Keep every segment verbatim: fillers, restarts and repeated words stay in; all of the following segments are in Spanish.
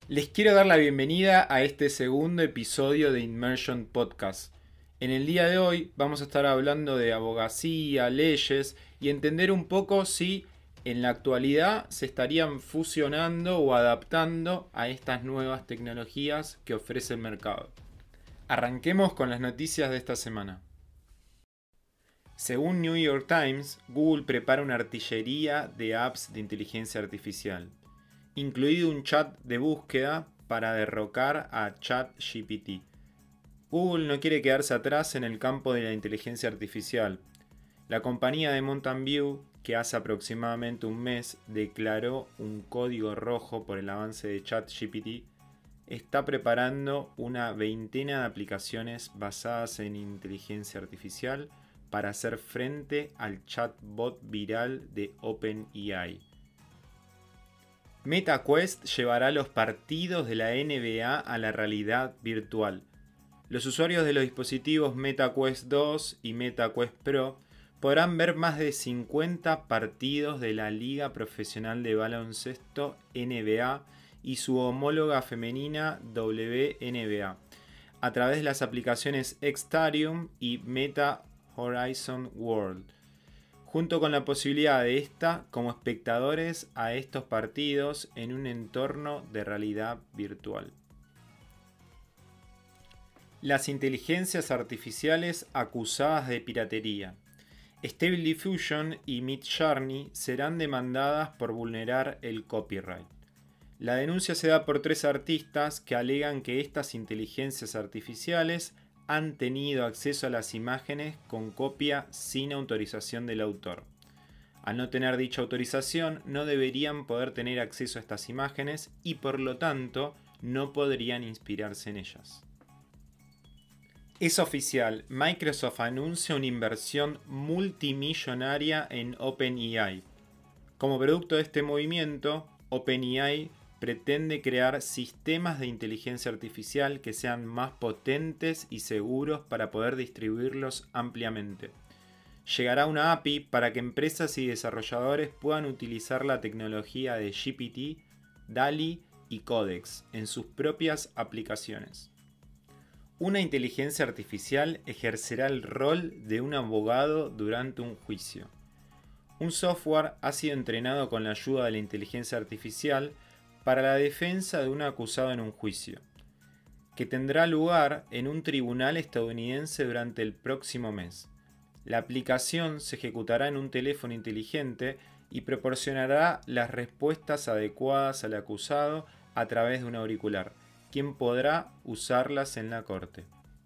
Les quiero dar la bienvenida a este segundo episodio de Immersion Podcast. En el día de hoy vamos a estar hablando de abogacía, leyes y entender un poco si en la actualidad se estarían fusionando o adaptando a estas nuevas tecnologías que ofrece el mercado. Arranquemos con las noticias de esta semana. Según New York Times, Google prepara una artillería de apps de inteligencia artificial, incluido un chat de búsqueda para derrocar a ChatGPT. Google no quiere quedarse atrás en el campo de la inteligencia artificial. La compañía de Mountain View, que hace aproximadamente un mes declaró un código rojo por el avance de ChatGPT, está preparando una veintena de aplicaciones basadas en inteligencia artificial para hacer frente al chatbot viral de OpenAI. MetaQuest llevará los partidos de la N B A a la realidad virtual. Los usuarios de los dispositivos MetaQuest dos y MetaQuest Pro podrán ver más de cincuenta partidos de la Liga Profesional de Baloncesto N B A y su homóloga femenina W N B A a través de las aplicaciones Xstadium y Meta Horizon World, junto con la posibilidad de esta como espectadores a estos partidos en un entorno de realidad virtual. Las inteligencias artificiales acusadas de piratería. Stable Diffusion y Midjourney serán demandadas por vulnerar el copyright. La denuncia se da por tres artistas que alegan que estas inteligencias artificiales han tenido acceso a las imágenes con copia sin autorización del autor. Al no tener dicha autorización, no deberían poder tener acceso a estas imágenes y por lo tanto no podrían inspirarse en ellas. Es oficial, Microsoft anuncia una inversión multimillonaria en OpenAI. Como producto de este movimiento, OpenAI pretende crear sistemas de inteligencia artificial que sean más potentes y seguros para poder distribuirlos ampliamente. Llegará una A P I para que empresas y desarrolladores puedan utilizar la tecnología de G P T, DALL-E y Codex en sus propias aplicaciones. Una inteligencia artificial ejercerá el rol de un abogado durante un juicio. Un software ha sido entrenado con la ayuda de la inteligencia artificial para la defensa de un acusado en un juicio, que tendrá lugar en un tribunal estadounidense durante el próximo mes. La aplicación se ejecutará en un teléfono inteligente y proporcionará las respuestas adecuadas al acusado a través de un auricular, quien podrá usarlas en la corte.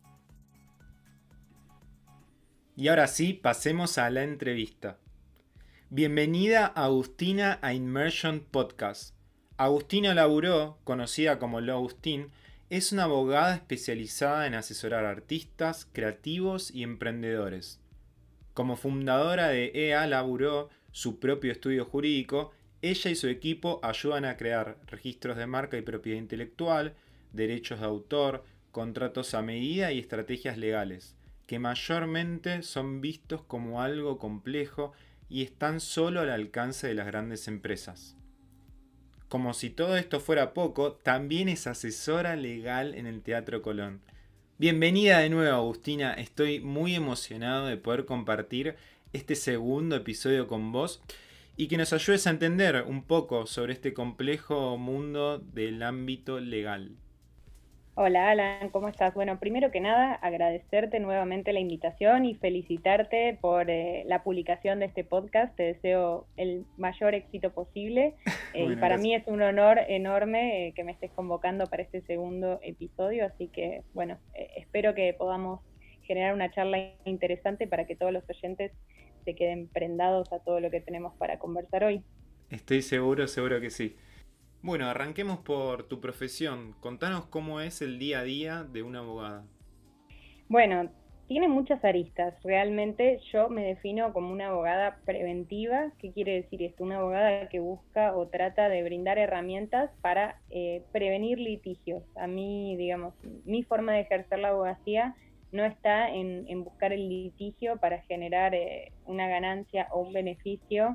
Y ahora sí, pasemos a la entrevista. Bienvenida Agustina a Immersion Podcast. Agustina Laburó, conocida como Lo Agustín, es una abogada especializada en asesorar artistas, creativos y emprendedores. Como fundadora de E A Laburó, su propio estudio jurídico, ella y su equipo ayudan a crear registros de marca y propiedad intelectual, derechos de autor, contratos a medida y estrategias legales, que mayormente son vistos como algo complejo y están solo al alcance de las grandes empresas. Como si todo esto fuera poco, también es asesora legal en el Teatro Colón. Bienvenida de nuevo, Agustina. Estoy muy emocionado de poder compartir este segundo episodio con vos y que nos ayudes a entender un poco sobre este complejo mundo del ámbito legal. Hola Alan, ¿cómo estás? Bueno, primero que nada, agradecerte nuevamente la invitación y felicitarte por eh, la publicación de este podcast. Te deseo el mayor éxito posible eh, Bueno, y para gracias. mí es un honor enorme eh, que me estés convocando para este segundo episodio, así que bueno, eh, espero que podamos generar una charla interesante para que todos los oyentes se queden prendados a todo lo que tenemos para conversar hoy. Estoy seguro, seguro que sí. Bueno, arranquemos por tu profesión. Contanos cómo es el día a día de una abogada. Bueno, tiene muchas aristas. Realmente yo me defino como una abogada preventiva. ¿Qué quiere decir esto? Una abogada que busca o trata de brindar herramientas para eh, prevenir litigios. A mí, digamos, mi forma de ejercer la abogacía no está en, en buscar el litigio para generar eh, una ganancia o un beneficio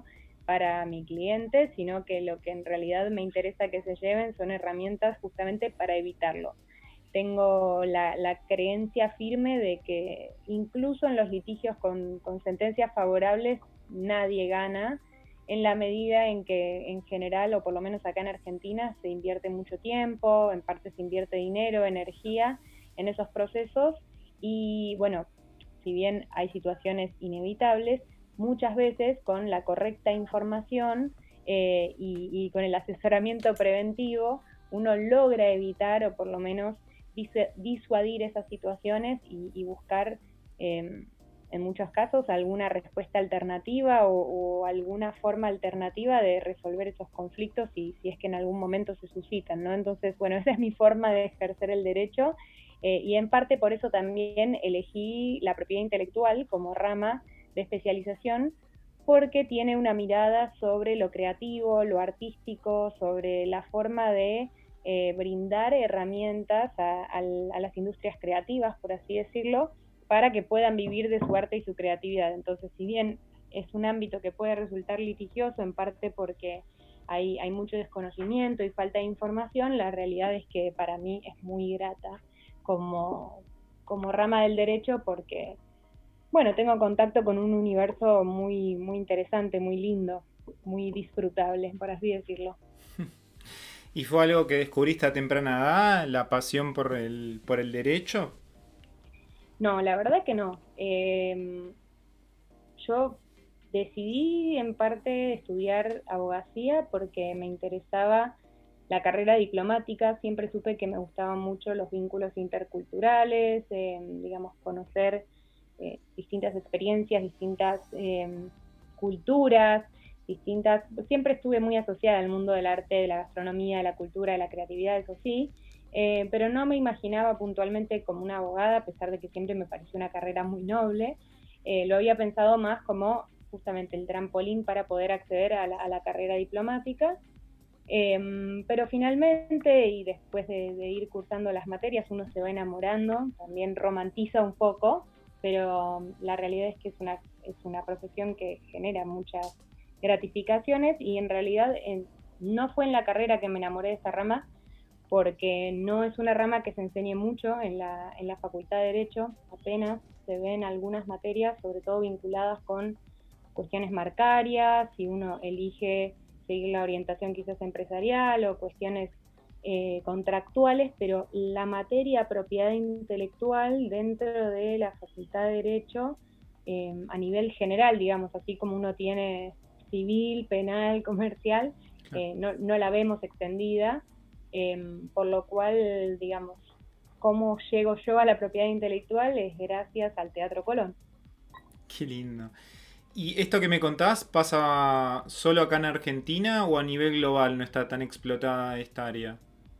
para mi cliente, sino que lo que en realidad me interesa que se lleven son herramientas justamente para evitarlo. Tengo la, la creencia firme de que incluso en los litigios con, con sentencias favorables nadie gana, en la medida en que en general, o por lo menos acá en Argentina, se invierte mucho tiempo, en parte se invierte dinero, energía en esos procesos, y bueno, si bien hay situaciones inevitables, muchas veces con la correcta información eh, y, y con el asesoramiento preventivo, uno logra evitar o por lo menos disuadir esas situaciones y, y buscar eh, en muchos casos alguna respuesta alternativa o, o alguna forma alternativa de resolver esos conflictos si, si es que en algún momento se suscitan, ¿no? Entonces, bueno, esa es mi forma de ejercer el derecho eh, y en parte por eso también elegí la propiedad intelectual como rama de especialización, porque tiene una mirada sobre lo creativo, lo artístico, sobre la forma de eh, brindar herramientas a, a, a las industrias creativas, por así decirlo, para que puedan vivir de su arte y su creatividad. Entonces, si bien es un ámbito que puede resultar litigioso, en parte porque hay, hay mucho desconocimiento y falta de información, la realidad es que para mí es muy grata como, como rama del derecho porque, bueno, tengo contacto con un universo muy, muy interesante, muy lindo, muy disfrutable, por así decirlo. ¿Y fue algo que descubriste a temprana edad, la pasión por el, por el derecho? No, la verdad que no. Eh, yo decidí en parte estudiar abogacía porque me interesaba la carrera diplomática, siempre supe que me gustaban mucho los vínculos interculturales, eh, digamos, conocer eh, distintas experiencias, distintas eh, culturas, distintas, siempre estuve muy asociada al mundo del arte, de la gastronomía, de la cultura, de la creatividad, eso sí, eh, pero no me imaginaba puntualmente como una abogada, a pesar de que siempre me pareció una carrera muy noble. Eh, lo había pensado más como justamente el trampolín para poder acceder a la, a la carrera diplomática, eh, pero finalmente, y después de, de ir cursando las materias, uno se va enamorando, también romantiza un poco, pero la realidad es que es una, es una profesión que genera muchas gratificaciones y en realidad en, no fue en la carrera que me enamoré de esta rama, porque no es una rama que se enseñe mucho en la, en la Facultad de Derecho, apenas se ven algunas materias, sobre todo vinculadas con cuestiones marcarias, si uno elige seguir la orientación quizás empresarial o cuestiones eh, contractuales, pero la materia propiedad intelectual dentro de la Facultad de Derecho, eh, a nivel general, digamos, así como uno tiene civil, penal, comercial, eh, no, no la vemos extendida, eh, por lo cual, digamos, cómo llego yo a la propiedad intelectual es gracias al Teatro Colón. Qué lindo. ¿Y esto que me contás pasa solo acá en Argentina o a nivel global no está tan explotada esta área?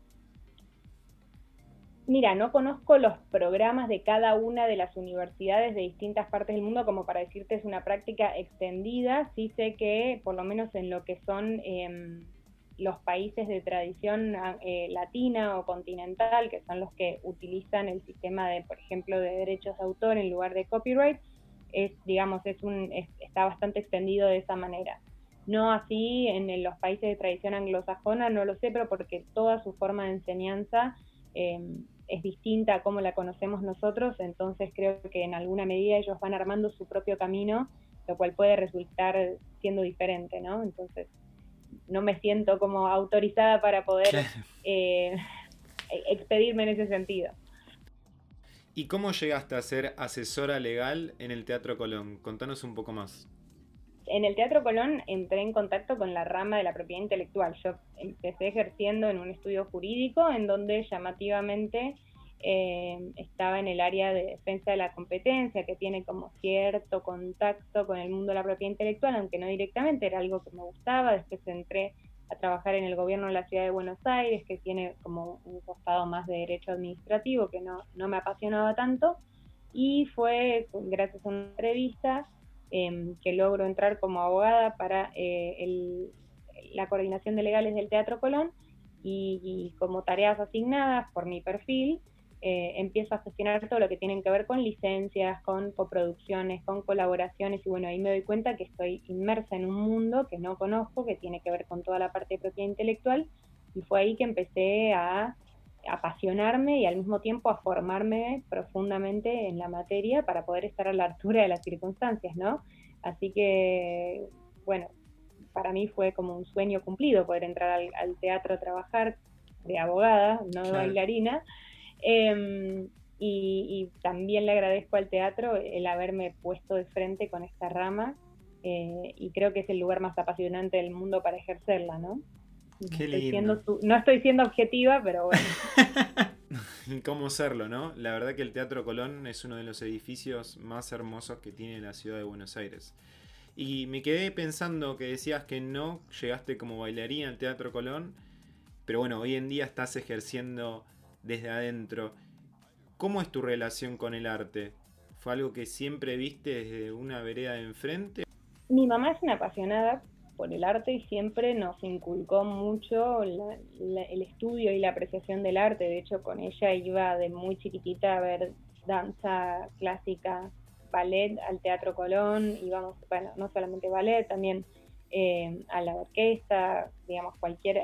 Mira, no conozco los programas de cada una de las universidades de distintas partes del mundo como para decirte es una práctica extendida. Sí sé que, por lo menos en lo que son eh, los países de tradición eh, latina o continental, que son los que utilizan el sistema de, por ejemplo, de derechos de autor en lugar de copyright, es, digamos, es un, es, está bastante extendido de esa manera. No así en, en los países de tradición anglosajona, no lo sé, pero porque toda su forma de enseñanza eh, es distinta a cómo la conocemos nosotros, entonces creo que en alguna medida ellos van armando su propio camino, lo cual puede resultar siendo diferente, ¿no? Entonces no me siento como autorizada para poder Claro. eh, expedirme en ese sentido. ¿Y cómo llegaste a ser asesora legal en el Teatro Colón? Contanos un poco más. En el Teatro Colón entré en contacto con la rama de la propiedad intelectual. Yo empecé ejerciendo en un estudio jurídico en donde llamativamente eh, estaba en el área de defensa de la competencia, que tiene como cierto contacto con el mundo de la propiedad intelectual, aunque no directamente, era algo que me gustaba. Después entré a trabajar en el gobierno de la ciudad de Buenos Aires, que tiene como un costado más de derecho administrativo, que no, no me apasionaba tanto, y fue gracias a una entrevista eh, que logro entrar como abogada para eh, el, la coordinación de legales del Teatro Colón, y, y como tareas asignadas por mi perfil, eh, empiezo a gestionar todo lo que tiene que ver con licencias, con coproducciones, con colaboraciones, y bueno, ahí me doy cuenta que estoy inmersa en un mundo que no conozco, que tiene que ver con toda la parte de propiedad intelectual, y fue ahí que empecé a apasionarme y al mismo tiempo a formarme profundamente en la materia para poder estar a la altura de las circunstancias, ¿no? Así que, bueno, para mí fue como un sueño cumplido poder entrar al, al teatro a trabajar de abogada, no de Claro. bailarina. Eh, y, y también le agradezco al teatro el haberme puesto de frente con esta rama, eh, y creo que es el lugar más apasionante del mundo para ejercerla, ¿no? No Qué estoy lindo. siendo su, no estoy siendo objetiva, pero bueno. ¿Cómo serlo, no? La verdad que el Teatro Colón es uno de los edificios más hermosos que tiene la ciudad de Buenos Aires. Y me quedé pensando que decías que no llegaste como bailarina al Teatro Colón, pero bueno, hoy en día estás ejerciendo desde adentro. ¿Cómo es tu relación con el arte? ¿Fue algo que siempre viste desde una vereda de enfrente? Mi mamá es una apasionada por el arte y siempre nos inculcó mucho la, la, el estudio y la apreciación del arte. De hecho, con ella iba de muy chiquitita a ver danza clásica, ballet al Teatro Colón, íbamos, bueno, no solamente ballet, también eh, a la orquesta, digamos, cualquier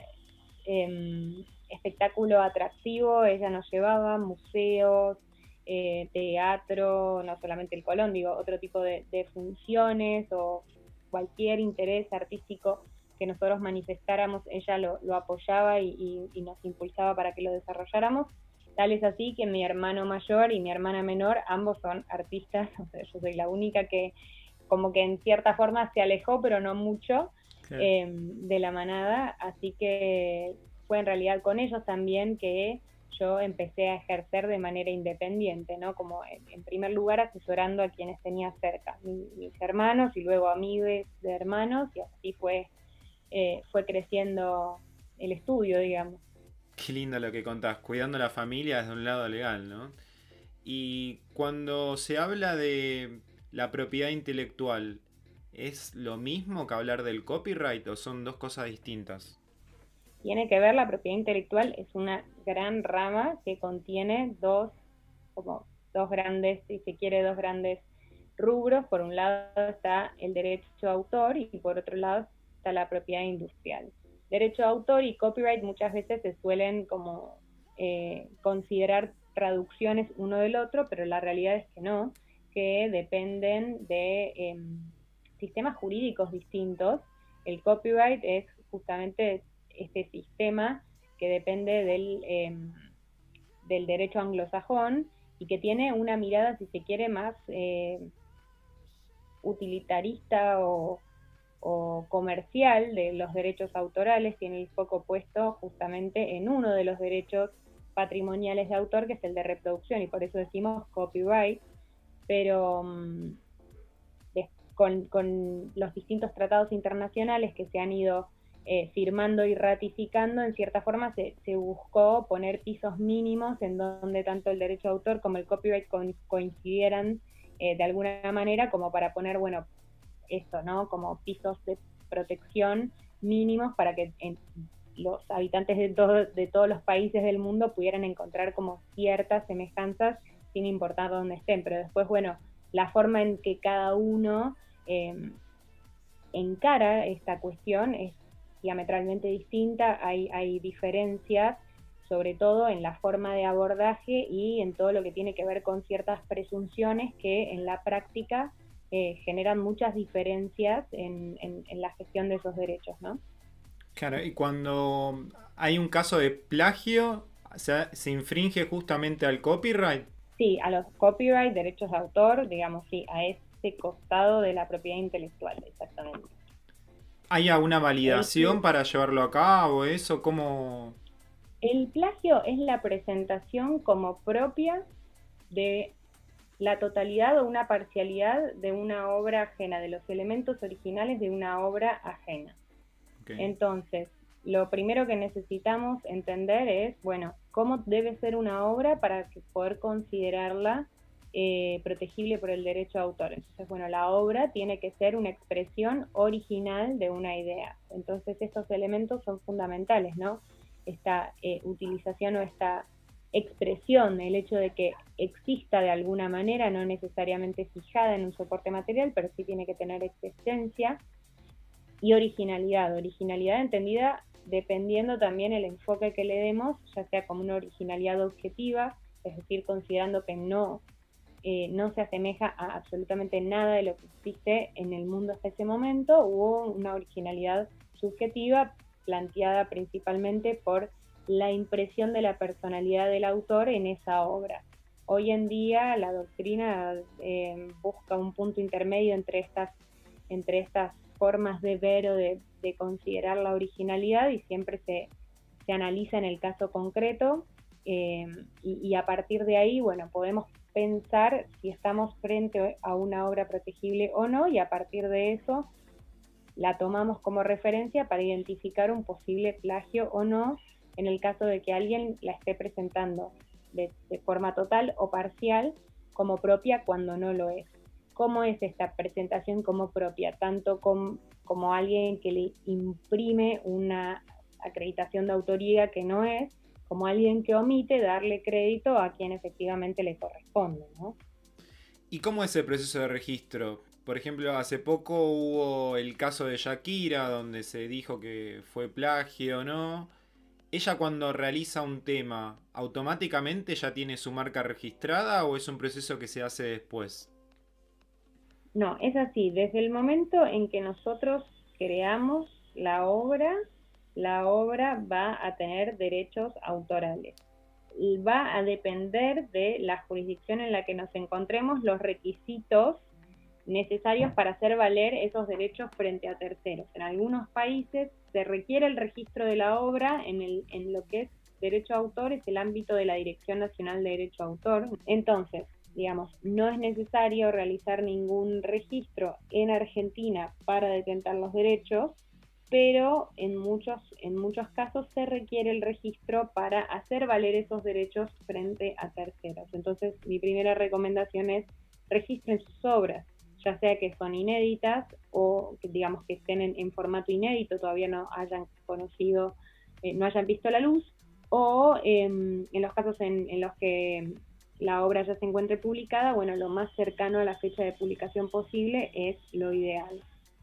eh, espectáculo atractivo, ella nos llevaba, museos, eh, teatro, no solamente el Colón, digo, otro tipo de, de funciones o cualquier interés artístico que nosotros manifestáramos, ella lo, lo apoyaba y, y, y nos impulsaba para que lo desarrolláramos. Tal es así que mi hermano mayor y mi hermana menor, ambos son artistas, o sea, yo soy la única que como que en cierta forma se alejó, pero no mucho, claro. eh, de la manada, así que fue en realidad con ellos también que yo empecé a ejercer de manera independiente, ¿no? Como en, en primer lugar asesorando a quienes tenía cerca, mi, mis hermanos y luego amigos de hermanos, y así fue, eh, fue creciendo el estudio, digamos. Qué lindo lo que contás, cuidando a la familia desde un lado legal, ¿no? Y cuando se habla de la propiedad intelectual, ¿es lo mismo que hablar del copyright o son dos cosas distintas? Tiene que ver, la propiedad intelectual es una gran rama que contiene dos, como dos grandes, si se quiere, dos grandes rubros. Por un lado está el derecho a autor y por otro lado está la propiedad industrial. Derecho a autor y copyright muchas veces se suelen como eh, considerar traducciones uno del otro, pero la realidad es que no, que dependen de eh, sistemas jurídicos distintos. El copyright es justamente este sistema que depende del, eh, del derecho anglosajón y que tiene una mirada, si se quiere, más eh, utilitarista o, o comercial de los derechos autorales. Tiene el foco puesto justamente en uno de los derechos patrimoniales de autor, que es el de reproducción, y por eso decimos copyright, pero um, de, con, con los distintos tratados internacionales que se han ido Eh, firmando y ratificando, en cierta forma se, se buscó poner pisos mínimos en donde tanto el derecho de autor como el copyright co coincidieran eh, de alguna manera, como para poner, bueno, esto, ¿no? Como pisos de protección mínimos para que en, los habitantes de, todo, de todos los países del mundo pudieran encontrar como ciertas semejanzas sin importar dónde estén. Pero después, bueno, la forma en que cada uno eh, encara esta cuestión es diametralmente distinta, hay, hay diferencias, sobre todo en la forma de abordaje y en todo lo que tiene que ver con ciertas presunciones que en la práctica eh, generan muchas diferencias en, en, en la gestión de esos derechos, ¿no? Claro, y cuando hay un caso de plagio, ¿se, se infringe justamente al copyright? Sí, a los copyright, derechos de autor, digamos, sí, a ese costado de la propiedad intelectual, exactamente. ¿Hay alguna validación el, para llevarlo a cabo? ¿Eso cómo? El plagio es la presentación como propia de la totalidad o una parcialidad de una obra ajena, de los elementos originales de una obra ajena. Okay. Entonces, lo primero que necesitamos entender es, bueno, cómo debe ser una obra para poder considerarla Eh, protegible por el derecho de autor. Entonces, bueno, la obra tiene que ser una expresión original de una idea. Entonces, estos elementos son fundamentales, ¿no? Esta eh, utilización o esta expresión, el hecho de que exista de alguna manera, no necesariamente fijada en un soporte material, pero sí tiene que tener existencia, y originalidad, originalidad entendida dependiendo también el enfoque que le demos, ya sea como una originalidad objetiva, es decir, considerando que no, eh, no se asemeja a absolutamente nada de lo que existe en el mundo hasta ese momento, o una originalidad subjetiva planteada principalmente por la impresión de la personalidad del autor en esa obra. Hoy en día la doctrina eh, busca un punto intermedio entre estas, entre estas formas de ver o de, de considerar la originalidad, y siempre se, se analiza en el caso concreto, eh, y, y a partir de ahí, bueno, podemos pensar si estamos frente a una obra protegible o no, y a partir de eso la tomamos como referencia para identificar un posible plagio o no, en el caso de que alguien la esté presentando de, de forma total o parcial como propia cuando no lo es. ¿Cómo es esta presentación como propia? Tanto com, como alguien que le imprime una acreditación de autoría que no es, como alguien que omite darle crédito a quien efectivamente le corresponde, ¿no? ¿Y cómo es el proceso de registro? Por ejemplo, hace poco hubo el caso de Shakira, donde se dijo que fue plagio o no. ¿Ella cuando realiza un tema, automáticamente ya tiene su marca registrada o es un proceso que se hace después? No, es así. Desde el momento en que nosotros creamos la obra, la obra va a tener derechos autorales. Y va a depender de la jurisdicción en la que nos encontremos, los requisitos necesarios para hacer valer esos derechos frente a terceros. En algunos países se requiere el registro de la obra en, el, en lo que es derecho a autor, es el ámbito de la Dirección Nacional de Derecho a Autor. Entonces, digamos, no es necesario realizar ningún registro en Argentina para detentar los derechos, pero en muchos, en muchos casos se requiere el registro para hacer valer esos derechos frente a terceros. Entonces, mi primera recomendación es registren sus obras, ya sea que son inéditas o que, digamos, que estén en, en formato inédito, todavía no hayan conocido, eh, no hayan visto la luz, o eh, en los casos en, en los que la obra ya se encuentre publicada, bueno, lo más cercano a la fecha de publicación posible es lo ideal.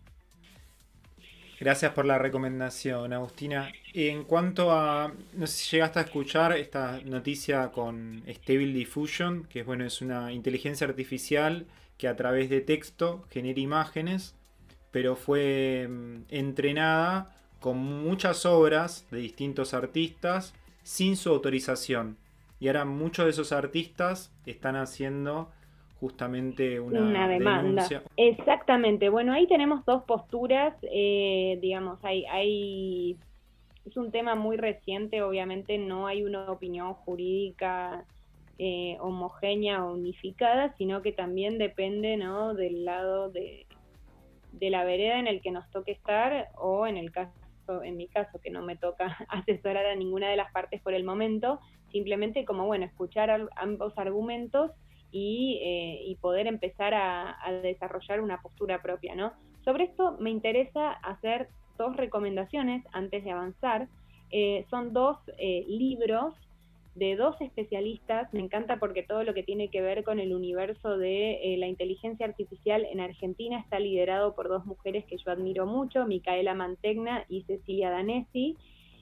Gracias por la recomendación, Agustina. En cuanto a, no sé si llegaste a escuchar esta noticia con Stable Diffusion, que es, bueno, es una inteligencia artificial que a través de texto genera imágenes, pero fue mm, entrenada con muchas obras de distintos artistas sin su autorización. Y ahora muchos de esos artistas están haciendo justamente una, una demanda. denuncia. Exactamente. Bueno, ahí tenemos dos posturas, eh, digamos, hay, hay, es un tema muy reciente, obviamente no hay una opinión jurídica eh, homogénea o unificada, sino que también depende, ¿no?, del lado de, de la vereda en el que nos toque estar, o en el caso, en mi caso, que no me toca asesorar a ninguna de las partes por el momento, simplemente como, bueno, escuchar ambos argumentos y, eh, y poder empezar a, a desarrollar una postura propia, ¿no? Sobre esto me interesa hacer dos recomendaciones antes de avanzar. Eh, son dos eh, libros de dos especialistas. Me encanta porque todo lo que tiene que ver con el universo de eh, la inteligencia artificial en Argentina está liderado por dos mujeres que yo admiro mucho, Micaela Mantegna y Cecilia Danesi.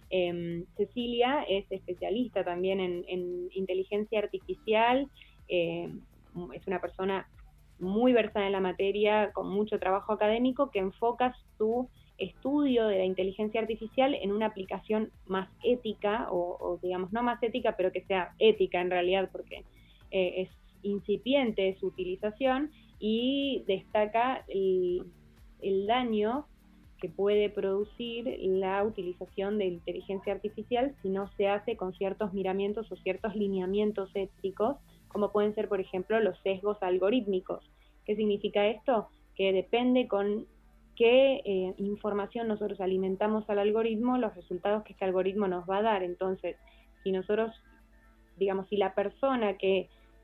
Eh, Cecilia es especialista también en, en inteligencia artificial, eh, es una persona muy versada en la materia, con mucho trabajo académico, que enfoca su estudio de la inteligencia artificial en una aplicación más ética, o, o digamos no más ética, pero que sea ética en realidad, porque eh, es incipiente su utilización, y destaca el, el daño que puede producir la utilización de inteligencia artificial si no se hace con ciertos miramientos o ciertos lineamientos éticos, como pueden ser, por ejemplo, los sesgos algorítmicos. ¿Qué significa esto? Que depende con qué eh, información nosotros alimentamos al algoritmo, los resultados que este algoritmo nos va a dar. Entonces, si nosotros, digamos, si la persona que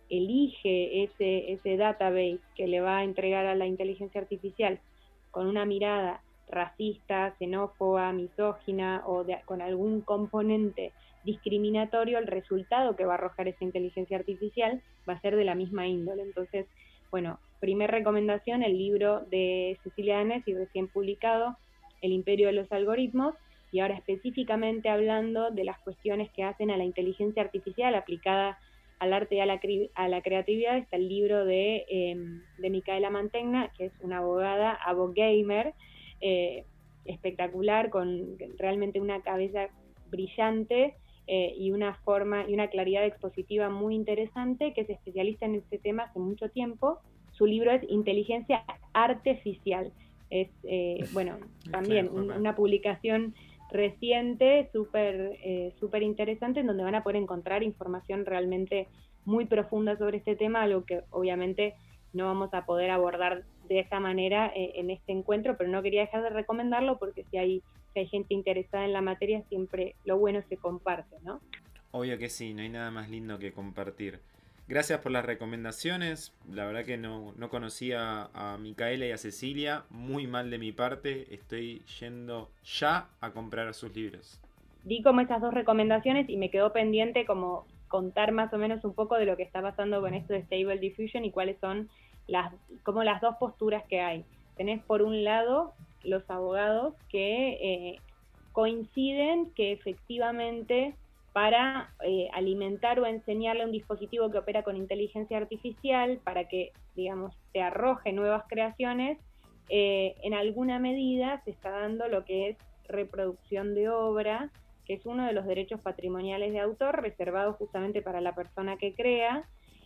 elige ese, ese database que le va a entregar a la inteligencia artificial con una mirada racista, xenófoba, misógina o de, con algún componente discriminatorio, el resultado que va a arrojar esa inteligencia artificial va a ser de la misma índole. Entonces, bueno, primer recomendación, el libro de Cecilia Danesi, recién publicado, El imperio de los algoritmos, y ahora específicamente hablando de las cuestiones que hacen a la inteligencia artificial aplicada al arte y a la, a la creatividad, está el libro de, eh, de Micaela Mantegna, que es una abogada, abogamer, eh, espectacular, con realmente una cabeza brillante eh, y una forma y una claridad expositiva muy interesante, que es especialista en este tema hace mucho tiempo. Su libro es Inteligencia Artificial. Es, eh, bueno, también un, una publicación reciente, súper eh, súper interesante, en donde van a poder encontrar información realmente muy profunda sobre este tema, algo que obviamente no vamos a poder abordar de esa manera eh, en este encuentro, pero no quería dejar de recomendarlo porque si hay, si hay gente interesada en la materia, siempre lo bueno se comparte, ¿no? Obvio que sí, no hay nada más lindo que compartir. Gracias por las recomendaciones. La verdad que no, no conocía a Micaela y a Cecilia. Muy mal de mi parte. Estoy yendo ya a comprar sus libros. Di como esas dos recomendaciones y me quedó pendiente como contar más o menos un poco de lo que está pasando con esto de Stable Diffusion y cuáles son las, como las dos posturas que hay. Tenés por un lado los abogados que eh, coinciden que efectivamente para eh, alimentar o enseñarle a un dispositivo que opera con inteligencia artificial, para que, digamos, te arroje nuevas creaciones, eh, en alguna medida se está dando lo que es reproducción de obra, que es uno de los derechos patrimoniales de autor, reservado justamente para la persona que crea,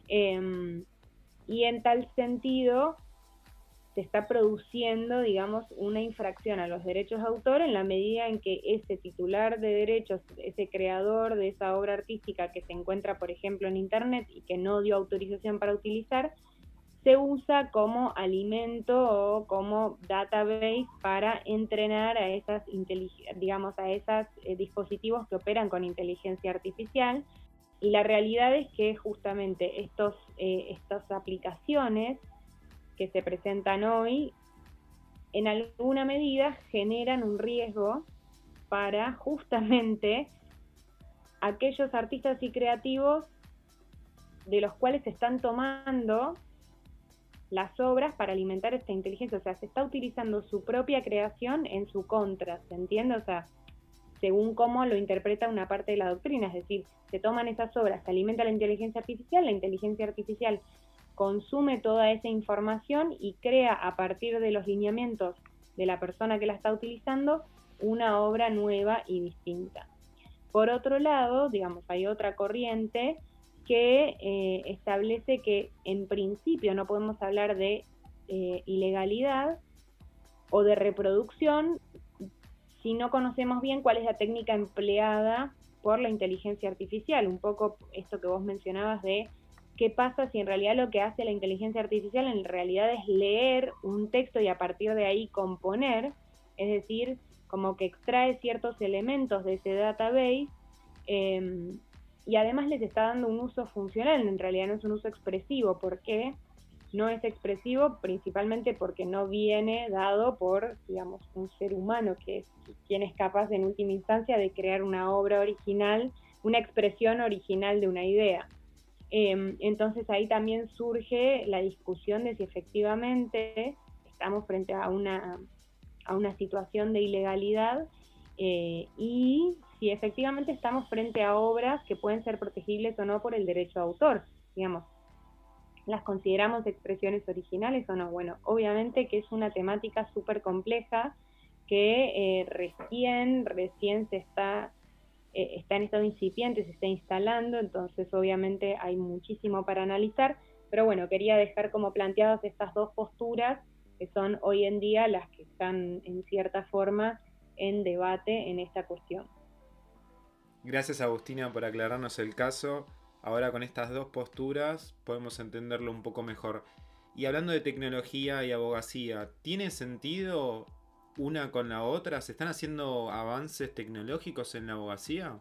eh, y en tal sentido se está produciendo, digamos, una infracción a los derechos de autor en la medida en que ese titular de derechos, ese creador de esa obra artística que se encuentra, por ejemplo, en Internet y que no dio autorización para utilizar, se usa como alimento o como database para entrenar a esas, digamos, a esos eh, dispositivos que operan con inteligencia artificial. Y la realidad es que justamente estos, eh, estas aplicaciones que se presentan hoy, en alguna medida generan un riesgo para justamente aquellos artistas y creativos de los cuales se están tomando las obras para alimentar esta inteligencia. O sea, se está utilizando su propia creación en su contra, ¿se entiende? O sea, según cómo lo interpreta una parte de la doctrina, es decir, se toman esas obras, se alimenta la inteligencia artificial, la inteligencia artificial consume toda esa información y crea a partir de los lineamientos de la persona que la está utilizando una obra nueva y distinta. Por otro lado, digamos, hay otra corriente que eh, establece que en principio no podemos hablar de eh, ilegalidad o de reproducción si no conocemos bien cuál es la técnica empleada por la inteligencia artificial. Un poco esto que vos mencionabas de qué pasa si en realidad lo que hace la inteligencia artificial en realidad es leer un texto y a partir de ahí componer, es decir, como que extrae ciertos elementos de ese database eh, y además les está dando un uso funcional, en realidad no es un uso expresivo. ¿Por qué no es expresivo? Principalmente porque no viene dado por, digamos, un ser humano, que es quien es capaz en última instancia de crear una obra original, una expresión original de una idea. Eh, entonces ahí también surge la discusión de si efectivamente estamos frente a una, a una situación de ilegalidad eh, y si efectivamente estamos frente a obras que pueden ser protegibles o no por el derecho de autor. Digamos, ¿las consideramos expresiones originales o no? Bueno, obviamente que es una temática súper compleja que eh, recién, recién se está... Eh, está en estado incipiente, se está instalando, entonces obviamente hay muchísimo para analizar, pero bueno, quería dejar como planteadas estas dos posturas que son hoy en día las que están en cierta forma en debate en esta cuestión. Gracias, Agustina, por aclararnos el caso. Ahora con estas dos posturas podemos entenderlo un poco mejor. Y hablando de tecnología y abogacía, ¿tiene sentido una con la otra? ¿Se están haciendo avances tecnológicos en la abogacía?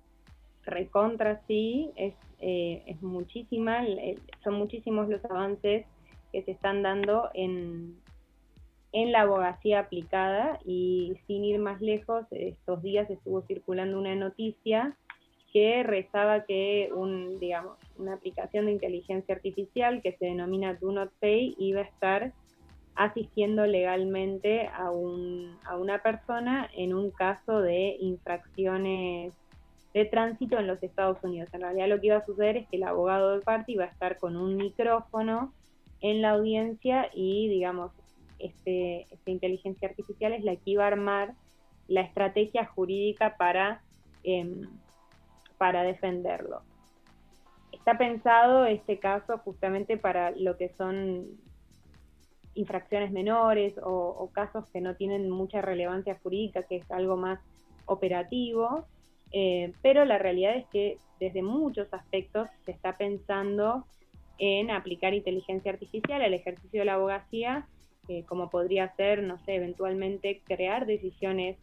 Recontra sí, es, eh, es muchísima, son muchísimos los avances que se están dando en, en la abogacía aplicada, y sin ir más lejos, estos días estuvo circulando una noticia que rezaba que un, digamos, una aplicación de inteligencia artificial que se denomina Do Not Pay iba a estar asistiendo legalmente a, un, a una persona en un caso de infracciones de tránsito en los Estados Unidos. En realidad lo que iba a suceder es que el abogado de parte iba a estar con un micrófono en la audiencia y, digamos, este, esta inteligencia artificial es la que iba a armar la estrategia jurídica para, eh, para defenderlo. Está pensado este caso justamente para lo que son infracciones menores o, o casos que no tienen mucha relevancia jurídica, que es algo más operativo, eh, pero la realidad es que desde muchos aspectos se está pensando en aplicar inteligencia artificial al ejercicio de la abogacía, eh, como podría ser, no sé, eventualmente crear decisiones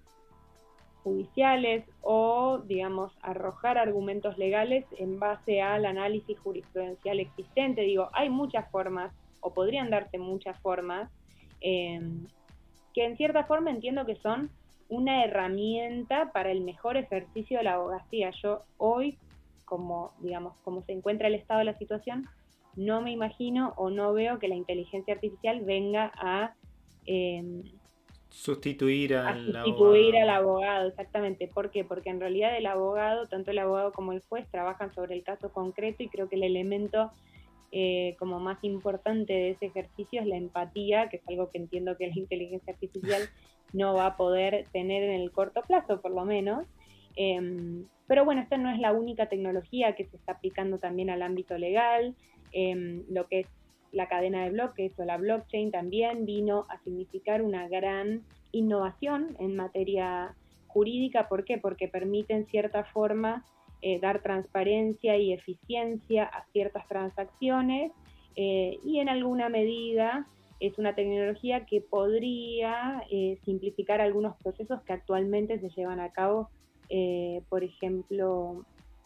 judiciales o, digamos, arrojar argumentos legales en base al análisis jurisprudencial existente. Digo, hay muchas formas, o podrían darse muchas formas, eh, que en cierta forma entiendo que son una herramienta para el mejor ejercicio de la abogacía. Yo hoy, como, digamos, como se encuentra el estado de la situación, no me imagino o no veo que la inteligencia artificial venga a eh, sustituir a al sustituir abogado. al abogado, exactamente. ¿Por qué? Porque en realidad el abogado, tanto el abogado como el juez, trabajan sobre el caso concreto, y creo que el elemento Eh, como más importante de ese ejercicio es la empatía, que es algo que entiendo que la inteligencia artificial no va a poder tener en el corto plazo, por lo menos. Eh, pero bueno, esta no es la única tecnología que se está aplicando también al ámbito legal. Eh, lo que es la cadena de bloques o la blockchain también vino a significar una gran innovación en materia jurídica. ¿Por qué? Porque permite en cierta forma Eh, dar transparencia y eficiencia a ciertas transacciones, eh, y en alguna medida es una tecnología que podría eh, simplificar algunos procesos que actualmente se llevan a cabo, eh, por ejemplo,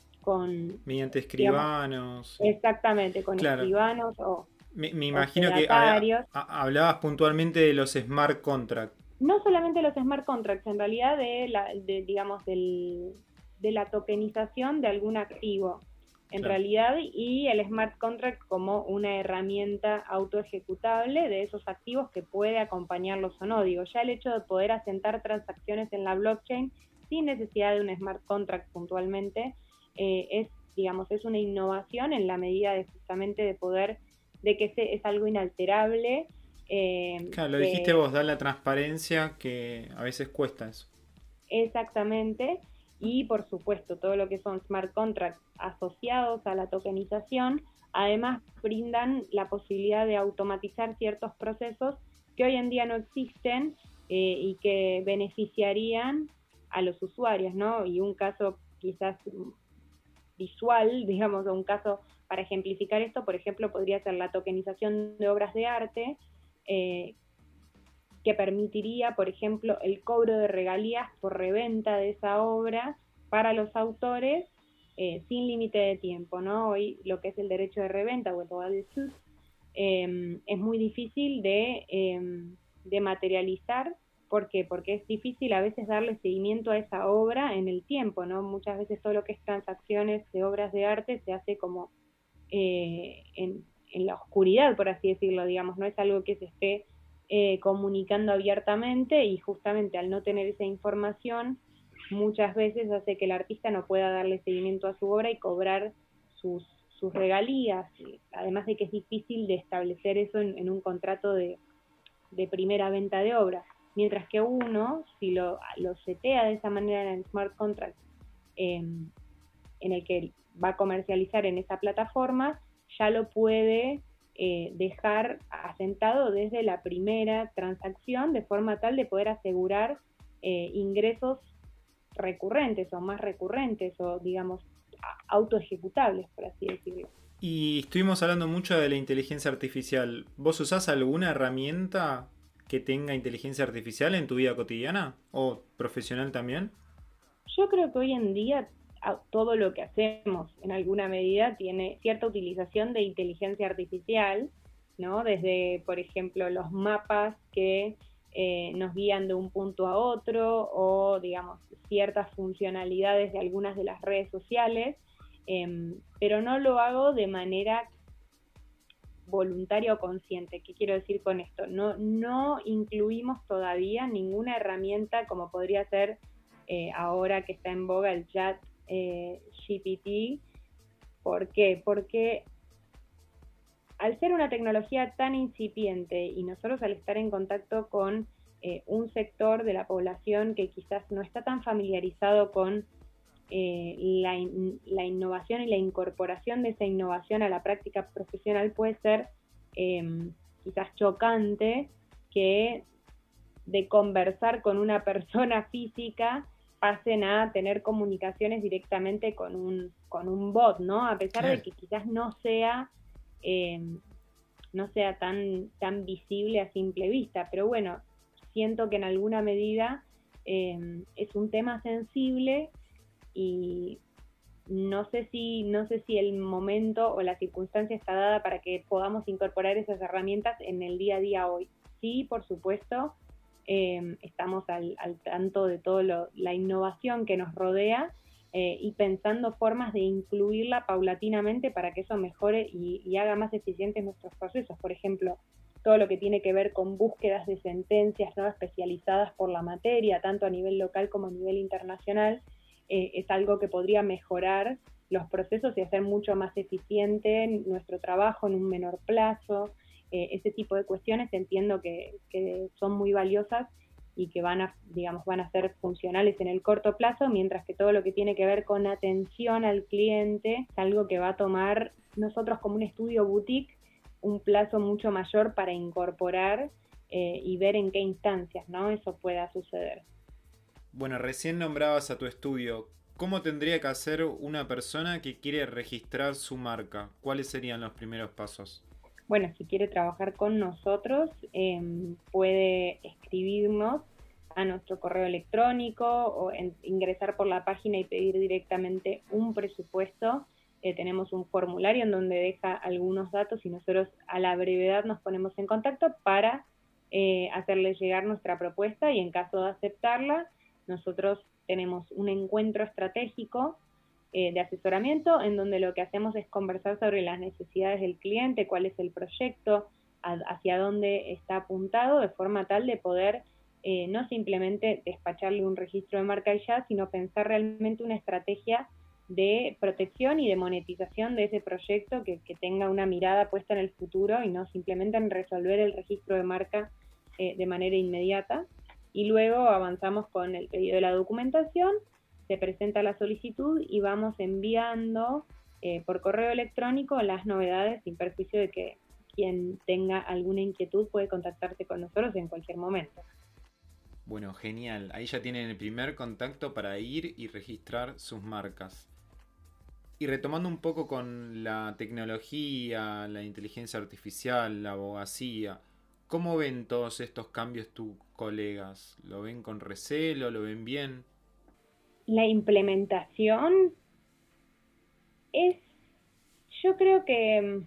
con, Mediante digamos, escribanos. exactamente, con Claro. escribanos o, Me, me o imagino que a- fedatarios. a- hablabas puntualmente de los smart contracts. No solamente los smart contracts, en realidad de, la, de digamos, del, de la tokenización de algún activo, en Claro. realidad, y el smart contract como una herramienta autoejecutable de esos activos que puede acompañarlos o no. Digo, ya el hecho de poder asentar transacciones en la blockchain sin necesidad de un smart contract puntualmente, eh, es, digamos, es una innovación en la medida de justamente de poder, de que se, es algo inalterable. Eh, Claro, lo dijiste que vos, da la transparencia que a veces cuesta eso. Exactamente, y por supuesto todo lo que son smart contracts asociados a la tokenización, además brindan la posibilidad de automatizar ciertos procesos que hoy en día no existen, eh, y que beneficiarían a los usuarios, ¿no? Y un caso quizás visual, digamos, o un caso para ejemplificar esto, por ejemplo, podría ser la tokenización de obras de arte, eh, que permitiría, por ejemplo, el cobro de regalías por reventa de esa obra para los autores, eh, sin límite de tiempo, ¿no? Hoy lo que es el derecho de reventa o el royal suit, eh, es muy difícil de, eh, de materializar. ¿Por qué? Porque es difícil a veces darle seguimiento a esa obra en el tiempo, ¿no? Muchas veces todo lo que es transacciones de obras de arte se hace como eh, en, en la oscuridad, por así decirlo, digamos, no es algo que se esté eh, comunicando abiertamente, y justamente al no tener esa información muchas veces hace que el artista no pueda darle seguimiento a su obra y cobrar sus, sus regalías, además de que es difícil de establecer eso en, en un contrato de, de primera venta de obra, mientras que uno, si lo, lo setea de esa manera en el smart contract, eh, en el que va a comercializar en esa plataforma, ya lo puede eh, dejar asentado desde la primera transacción, de forma tal de poder asegurar eh, ingresos recurrentes o más recurrentes, o digamos autoejecutables, por así decirlo. Y estuvimos hablando mucho de la inteligencia artificial. ¿Vos usás alguna herramienta que tenga inteligencia artificial en tu vida cotidiana? ¿O profesional también? Yo creo que hoy en día todo lo que hacemos en alguna medida tiene cierta utilización de inteligencia artificial, ¿no? Desde, por ejemplo, los mapas que eh, nos guían de un punto a otro, o digamos ciertas funcionalidades de algunas de las redes sociales, eh, pero no lo hago de manera voluntaria o consciente. ¿Qué quiero decir con esto? No, no incluimos todavía ninguna herramienta como podría ser eh, ahora que está en boga el chat eh, G P T. ¿Por qué? Porque al ser una tecnología tan incipiente y nosotros al estar en contacto con eh, un sector de la población que quizás no está tan familiarizado con eh, la, in, la innovación y la incorporación de esa innovación a la práctica profesional, puede ser eh, quizás chocante que de conversar con una persona física pasen a tener comunicaciones directamente con un, con un bot, ¿no? A pesar de que quizás no sea Eh, no sea tan, tan visible a simple vista, pero bueno, siento que en alguna medida eh, es un tema sensible y no sé si, no sé si el momento o la circunstancia está dada para que podamos incorporar esas herramientas en el día a día hoy. Sí, por supuesto, eh, estamos al, al tanto de toda la innovación que nos rodea, Eh, y pensando formas de incluirla paulatinamente para que eso mejore y, y haga más eficientes nuestros procesos. Por ejemplo, todo lo que tiene que ver con búsquedas de sentencias, ¿no?, especializadas por la materia, tanto a nivel local como a nivel internacional, eh, es algo que podría mejorar los procesos y hacer mucho más eficiente nuestro trabajo en un menor plazo. Eh, ese tipo de cuestiones entiendo que, que son muy valiosas y que van a, digamos, van a ser funcionales en el corto plazo, mientras que todo lo que tiene que ver con atención al cliente es algo que va a tomar nosotros como un estudio boutique un plazo mucho mayor para incorporar eh, y ver en qué instancias, ¿no?, eso pueda suceder. Bueno, recién nombrabas a tu estudio. ¿Cómo tendría que hacer una persona que quiere registrar su marca? ¿Cuáles serían los primeros pasos? Bueno, si quiere trabajar con nosotros, eh, puede escribirnos a nuestro correo electrónico o en, ingresar por la página y pedir directamente un presupuesto. Eh, tenemos un formulario en donde deja algunos datos y nosotros a la brevedad nos ponemos en contacto para eh, hacerle llegar nuestra propuesta, y en caso de aceptarla, nosotros tenemos un encuentro estratégico de asesoramiento en donde lo que hacemos es conversar sobre las necesidades del cliente, cuál es el proyecto, hacia dónde está apuntado, de forma tal de poder eh, no simplemente despacharle un registro de marca y ya, sino pensar realmente una estrategia de protección y de monetización de ese proyecto que, que tenga una mirada puesta en el futuro y no simplemente en resolver el registro de marca eh, de manera inmediata. Y luego avanzamos con el pedido de la documentación, se presenta la solicitud y vamos enviando eh, por correo electrónico las novedades, sin perjuicio de que quien tenga alguna inquietud puede contactarse con nosotros en cualquier momento. Bueno, genial. Ahí ya tienen el primer contacto para ir y registrar sus marcas. Y retomando un poco con la tecnología, la inteligencia artificial, la abogacía, ¿cómo ven todos estos cambios tus colegas? ¿Lo ven con recelo? ¿Lo ven bien? La implementación es, yo creo que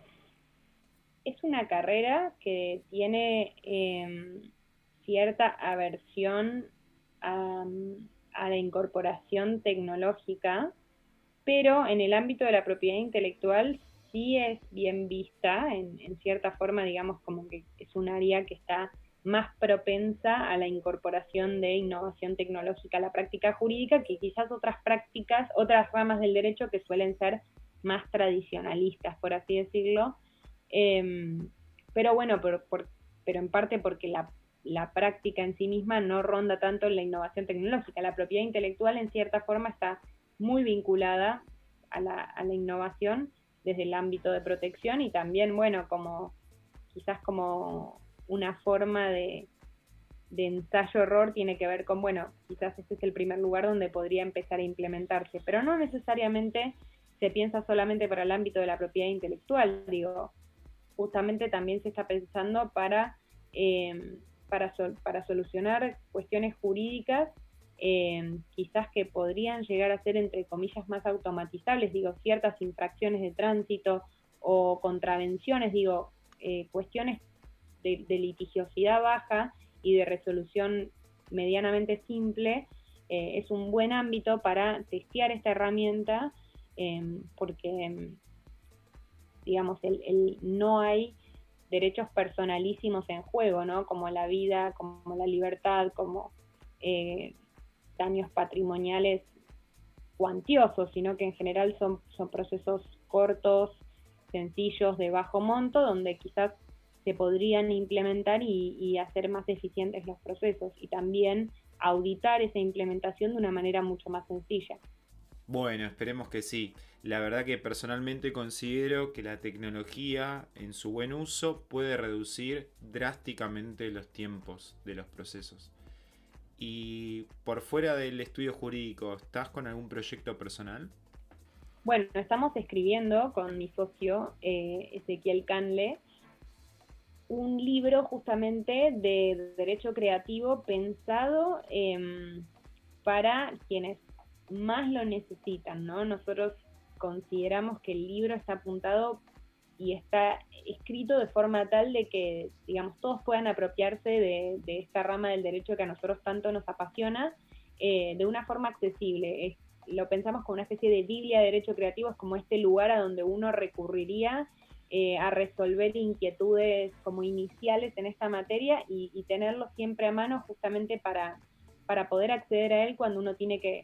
es una carrera que tiene eh, cierta aversión a, a la incorporación tecnológica, pero en el ámbito de la propiedad intelectual sí es bien vista, en, en cierta forma, digamos, como que es un área que está más propensa a la incorporación de innovación tecnológica a la práctica jurídica que quizás otras prácticas, otras ramas del derecho que suelen ser más tradicionalistas, por así decirlo. Eh, pero bueno, por, por, pero en parte porque la, la práctica en sí misma no ronda tanto en la innovación tecnológica. La propiedad intelectual en cierta forma está muy vinculada a la, a la innovación desde el ámbito de protección y también, bueno, como quizás como una forma de, de ensayo-error tiene que ver con, bueno, quizás este es el primer lugar donde podría empezar a implementarse, pero no necesariamente se piensa solamente para el ámbito de la propiedad intelectual, digo, justamente también se está pensando para, eh, para, sol, para solucionar cuestiones jurídicas eh, quizás que podrían llegar a ser, entre comillas, más automatizables, digo, ciertas infracciones de tránsito o contravenciones, digo, eh, cuestiones de, de litigiosidad baja y de resolución medianamente simple, eh, es un buen ámbito para testear esta herramienta, eh, porque, digamos, el, el, no hay derechos personalísimos en juego, ¿no? Como la vida, como la libertad, como eh, daños patrimoniales cuantiosos, sino que en general son, son procesos cortos, sencillos, de bajo monto, donde quizás se podrían implementar y, y hacer más eficientes los procesos, y también auditar esa implementación de una manera mucho más sencilla. Bueno, esperemos que sí. La verdad que personalmente considero que la tecnología en su buen uso puede reducir drásticamente los tiempos de los procesos. Y por fuera del estudio jurídico, ¿estás con algún proyecto personal? Bueno, estamos escribiendo con mi socio eh, Ezequiel Canle un libro justamente de derecho creativo pensado eh, para quienes más lo necesitan, ¿no? Nosotros consideramos que el libro está apuntado y está escrito de forma tal de que, digamos, todos puedan apropiarse de, de esta rama del derecho que a nosotros tanto nos apasiona, eh, de una forma accesible. Es, lo pensamos como una especie de Biblia de derecho creativo, es como este lugar a donde uno recurriría eh, a resolver inquietudes como iniciales en esta materia y, y tenerlo siempre a mano justamente para, para poder acceder a él cuando uno tiene que,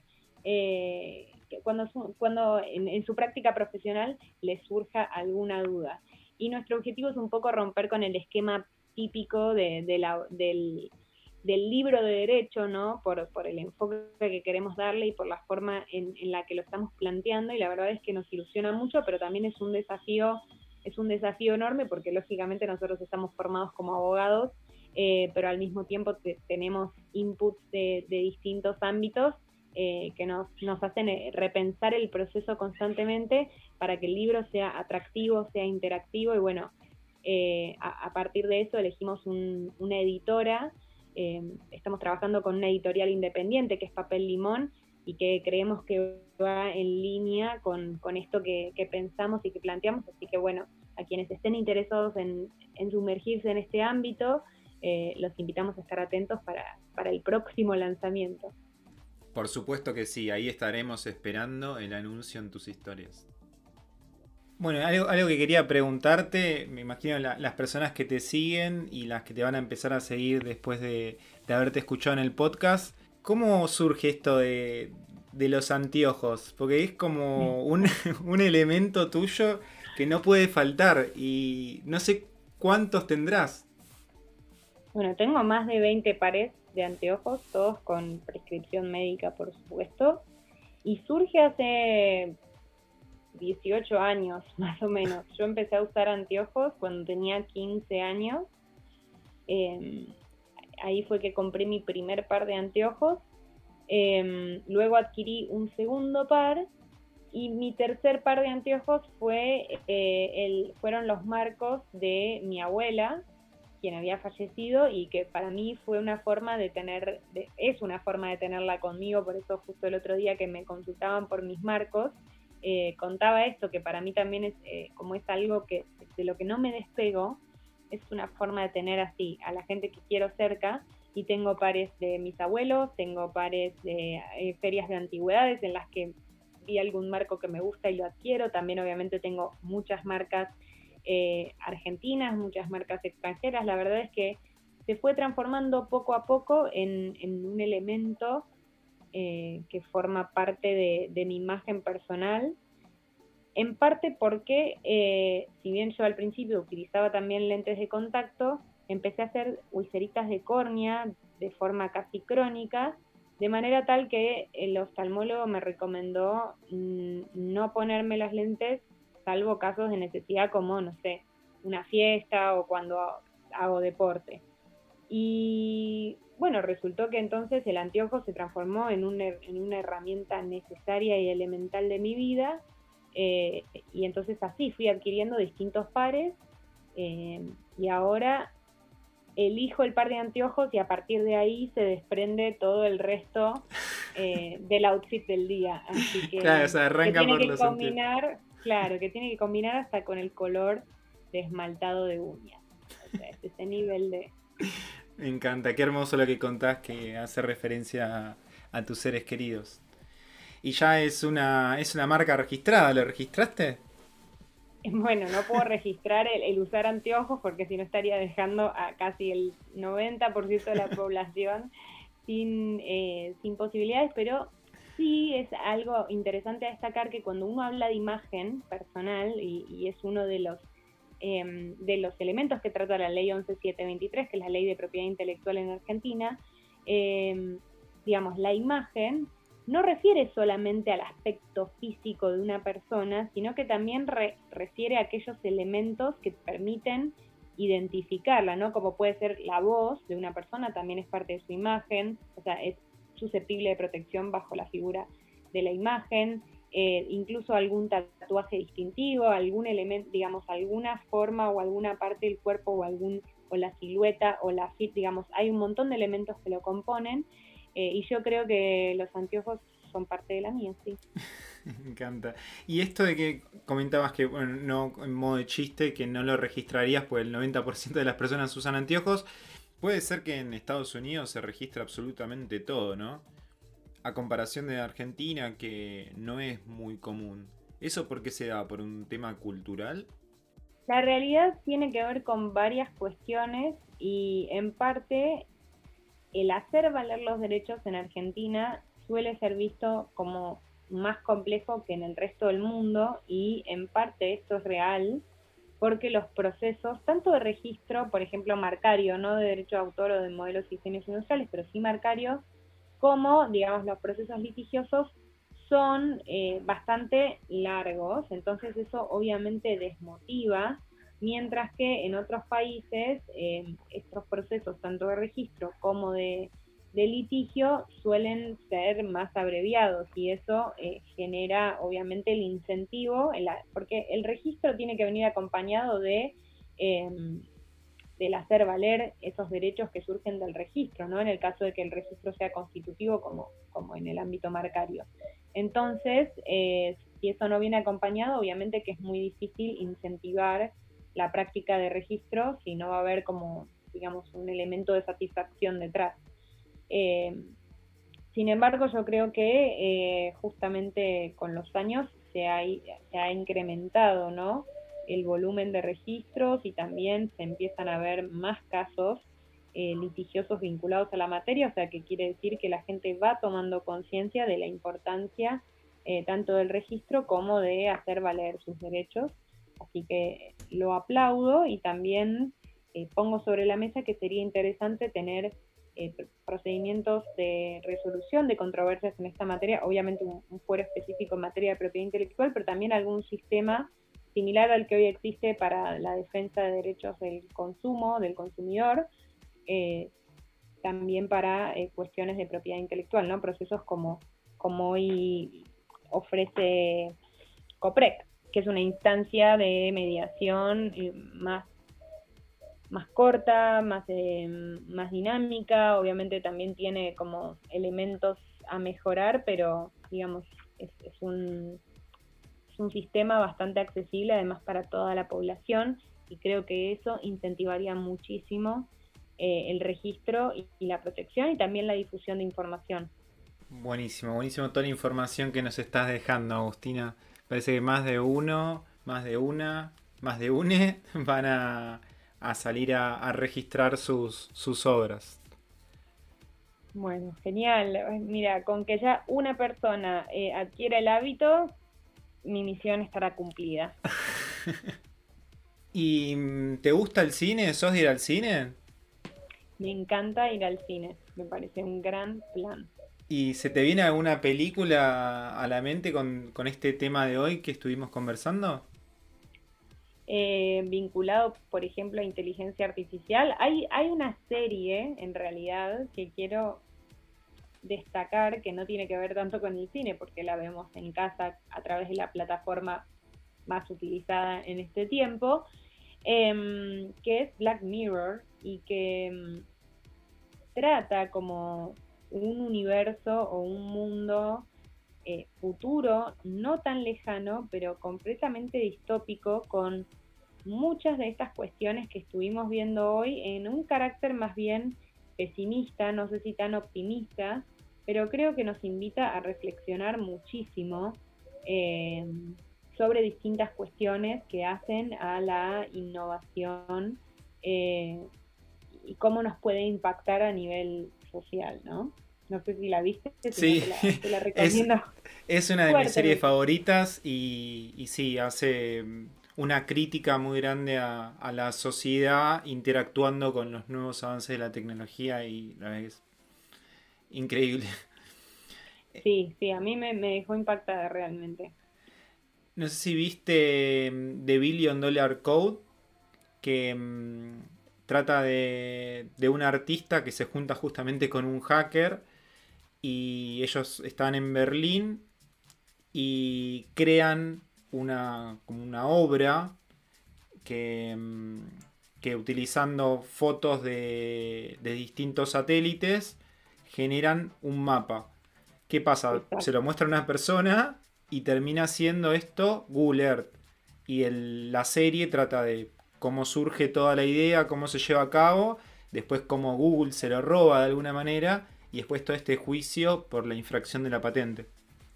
eh, cuando, cuando en, en su práctica profesional le surja alguna duda. Y nuestro objetivo es un poco romper con el esquema típico de, de la, del, del libro de derecho, ¿no? Por, por el enfoque que queremos darle y por la forma en, en la que lo estamos planteando, y la verdad es que nos ilusiona mucho, pero también es un desafío, es un desafío enorme porque lógicamente nosotros estamos formados como abogados, eh, pero al mismo tiempo te, tenemos inputs de, de distintos ámbitos Eh, que nos, nos hacen repensar el proceso constantemente para que el libro sea atractivo, sea interactivo, y bueno, eh, a, a partir de eso elegimos un, una editora, eh, estamos trabajando con una editorial independiente que es Papel Limón, y que creemos que va en línea con, con esto que, que pensamos y que planteamos, así que bueno, a quienes estén interesados en, en sumergirse en este ámbito, eh, los invitamos a estar atentos para, para el próximo lanzamiento. Por supuesto que sí, ahí estaremos esperando el anuncio en tus historias. Bueno, algo, algo que quería preguntarte, me imagino la, las personas que te siguen y las que te van a empezar a seguir después de, de haberte escuchado en el podcast, ¿cómo surge esto de, de los anteojos? Porque es como un, un elemento tuyo que no puede faltar y no sé cuántos tendrás. Bueno, tengo más de veinte pares de anteojos, todos con prescripción médica, por supuesto, y surge hace dieciocho años, más o menos. Yo empecé a usar anteojos cuando tenía quince años, eh, ahí fue que compré mi primer par de anteojos, eh, luego adquirí un segundo par, y mi tercer par de anteojos fue, eh, el, fueron los marcos de mi abuela, quien había fallecido, y que para mí fue una forma de tener, de, es una forma de tenerla conmigo. Por eso justo el otro día que me consultaban por mis marcos, eh, contaba esto, que para mí también es, eh, como es algo que de lo que no me despego, es una forma de tener así a la gente que quiero cerca, y tengo pares de mis abuelos, tengo pares de eh, ferias de antigüedades en las que vi algún marco que me gusta y lo adquiero. También obviamente tengo muchas marcas Eh, argentinas, muchas marcas extranjeras. La verdad es que se fue transformando poco a poco en, en un elemento eh, que forma parte de, de mi imagen personal, en parte porque eh, si bien yo al principio utilizaba también lentes de contacto, empecé a hacer viseritas de córnea de forma casi crónica, de manera tal que el oftalmólogo me recomendó mmm, no ponerme las lentes salvo casos de necesidad como, no sé, una fiesta o cuando hago deporte. Y bueno, resultó que entonces el anteojo se transformó en, un, en una herramienta necesaria y elemental de mi vida, eh, y entonces así fui adquiriendo distintos pares, eh, y ahora elijo el par de anteojos y a partir de ahí se desprende todo el resto eh, del outfit del día. Así que, claro, o sea, arranca que tiene por que los combinar, anteojos. Claro, que tiene que combinar hasta con el color de esmaltado de uñas. O sea, es ese nivel de... Me encanta, qué hermoso lo que contás que hace referencia a, a tus seres queridos. Y ya es una, es una marca registrada, ¿lo registraste? Bueno, no puedo registrar el, el usar anteojos porque si no estaría dejando a casi el noventa por ciento de la población sin, eh, sin posibilidades, pero sí es algo interesante a destacar que cuando uno habla de imagen personal, y, y es uno de los, eh, de los elementos que trata la ley once mil setecientos veintitrés, que es la ley de propiedad intelectual en Argentina, eh, digamos, la imagen no refiere solamente al aspecto físico de una persona, sino que también re refiere a aquellos elementos que permiten identificarla, ¿no? Como puede ser la voz de una persona, también es parte de su imagen, o sea, es susceptible de protección bajo la figura de la imagen, eh, incluso algún tatuaje distintivo, algún elemento, digamos, alguna forma o alguna parte del cuerpo o algún o la silueta o la fit, digamos, hay un montón de elementos que lo componen, eh, y yo creo que los anteojos son parte de la mía, sí. Me encanta. Y esto de que comentabas que, bueno, no en modo de chiste, que no lo registrarías pues el noventa por ciento de las personas usan anteojos, puede ser que en Estados Unidos se registra absolutamente todo, ¿no? A comparación de Argentina, que no es muy común. ¿Eso por qué se da? ¿Por un tema cultural? La realidad tiene que ver con varias cuestiones y en parte el hacer valer los derechos en Argentina suele ser visto como más complejo que en el resto del mundo y en parte esto es real porque los procesos, tanto de registro, por ejemplo, marcario, no de derecho de autor o de modelos y diseños industriales, pero sí marcario, como, digamos, los procesos litigiosos son eh, bastante largos, entonces eso obviamente desmotiva, mientras que en otros países eh, estos procesos, tanto de registro como de, de litigio, suelen ser más abreviados y eso eh, genera obviamente el incentivo, el, porque el registro tiene que venir acompañado de... Eh, del hacer valer esos derechos que surgen del registro, ¿no? En el caso de que el registro sea constitutivo como, como en el ámbito marcario. Entonces, eh, si eso no viene acompañado, obviamente que es muy difícil incentivar la práctica de registro si no va a haber como, digamos, un elemento de satisfacción detrás. Eh, Sin embargo, yo creo que eh, justamente con los años se ha, se ha incrementado, ¿no?, el volumen de registros y también se empiezan a ver más casos eh, litigiosos vinculados a la materia, o sea que quiere decir que la gente va tomando conciencia de la importancia eh, tanto del registro como de hacer valer sus derechos. Así que lo aplaudo y también eh, pongo sobre la mesa que sería interesante tener Eh, procedimientos de resolución de controversias en esta materia, obviamente un, un fuero específico en materia de propiedad intelectual, pero también algún sistema similar al que hoy existe para la defensa de derechos del consumo, del consumidor, eh, también para eh, cuestiones de propiedad intelectual, ¿no? Procesos como, como hoy ofrece COPREC, que es una instancia de mediación eh, más más corta, más, eh, más dinámica, obviamente también tiene como elementos a mejorar, pero digamos, es, es, un, es un sistema bastante accesible además para toda la población y creo que eso incentivaría muchísimo eh, el registro y, y la protección y también la difusión de información. Buenísimo, buenísimo toda la información que nos estás dejando, Agustina. Parece que más de uno, más de una, más de une van a, a salir a, a registrar sus, sus obras. Bueno, genial. Mira, con que ya una persona eh, adquiera el hábito, mi misión estará cumplida. ¿Y mm, te gusta el cine? ¿Sos de ir al cine? Me encanta ir al cine, me parece un gran plan. ¿Y se te viene alguna película a la mente con, con este tema de hoy que estuvimos conversando? Eh, vinculado, por ejemplo, a inteligencia artificial, hay, hay una serie, en realidad, que quiero destacar que no tiene que ver tanto con el cine, porque la vemos en casa a través de la plataforma más utilizada en este tiempo, eh, que es Black Mirror y que eh, trata como un universo o un mundo eh, futuro, no tan lejano, pero completamente distópico, con muchas de estas cuestiones que estuvimos viendo hoy en un carácter más bien pesimista, no sé si tan optimista, pero creo que nos invita a reflexionar muchísimo eh, sobre distintas cuestiones que hacen a la innovación eh, y cómo nos puede impactar a nivel social, ¿no? No sé si la viste, si no Sí, te la, te la es, recomiendo es una de mis series fuertemente. favoritas y, y sí, hace mm, una crítica muy grande a, a la sociedad interactuando con los nuevos avances de la tecnología y la verdad es increíble. Sí, sí, a mí me, me dejó impactada realmente. No sé si viste mm, The Billion Dollar Code, que mm, trata de, de un artista que se junta justamente con un hacker y ellos están en Berlín y crean una, como una obra que, mm, que utilizando fotos de, de distintos satélites generan un mapa. ¿Qué pasa? Se lo Exacto. muestra a una persona y termina siendo esto Google Earth. Y el- la serie trata de cómo surge toda la idea, cómo se lleva a cabo, después cómo Google se lo roba de alguna manera y después todo este juicio por la infracción de la patente.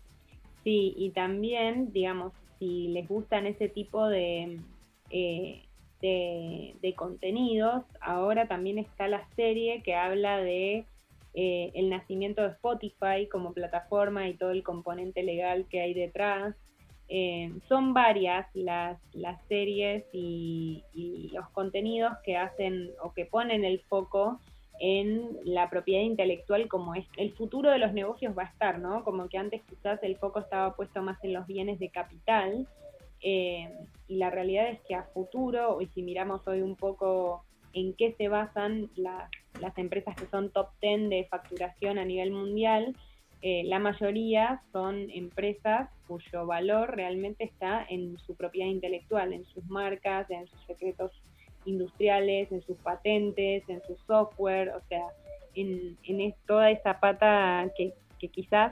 Sí, y también, digamos, si les gustan ese tipo de, eh, de, de contenidos, ahora también está la serie que habla de eh, el nacimiento de Spotify como plataforma y todo el componente legal que hay detrás. Eh, son varias las, las series y, y los contenidos que hacen o que ponen el foco en la propiedad intelectual como es el futuro de los negocios va a estar, ¿no? Como que antes quizás el foco estaba puesto más en los bienes de capital eh, y la realidad es que a futuro, y si miramos hoy un poco en qué se basan las, las empresas que son top diez de facturación a nivel mundial, eh, la mayoría son empresas cuyo valor realmente está en su propiedad intelectual, en sus marcas, en sus secretos industriales, en sus patentes, en su software, o sea, en, en toda esa pata que, que quizás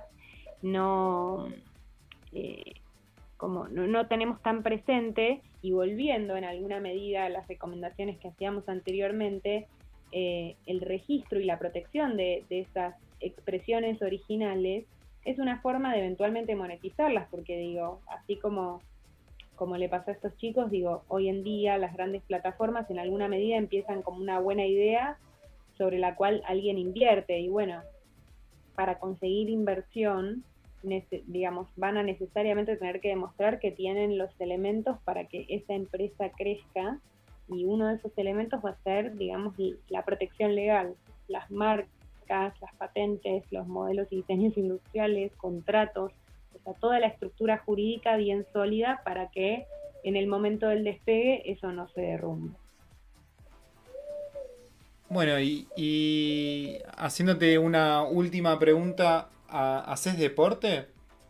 no, eh, como no, no, tenemos tan presente y volviendo en alguna medida a las recomendaciones que hacíamos anteriormente, eh, el registro y la protección de, de esas expresiones originales es una forma de eventualmente monetizarlas, porque digo, así como como le pasó a estos chicos, digo, hoy en día las grandes plataformas en alguna medida empiezan como una buena idea sobre la cual alguien invierte y bueno, para conseguir inversión, digamos, van a necesariamente tener que demostrar que tienen los elementos para que esa empresa crezca y uno de esos elementos va a ser, digamos, la protección legal, las marcas, las patentes, los modelos y diseños industriales, contratos, o sea, toda la estructura jurídica bien sólida para que en el momento del despegue eso no se derrumbe. Bueno, y, y haciéndote una última pregunta, ¿ha- ¿haces deporte?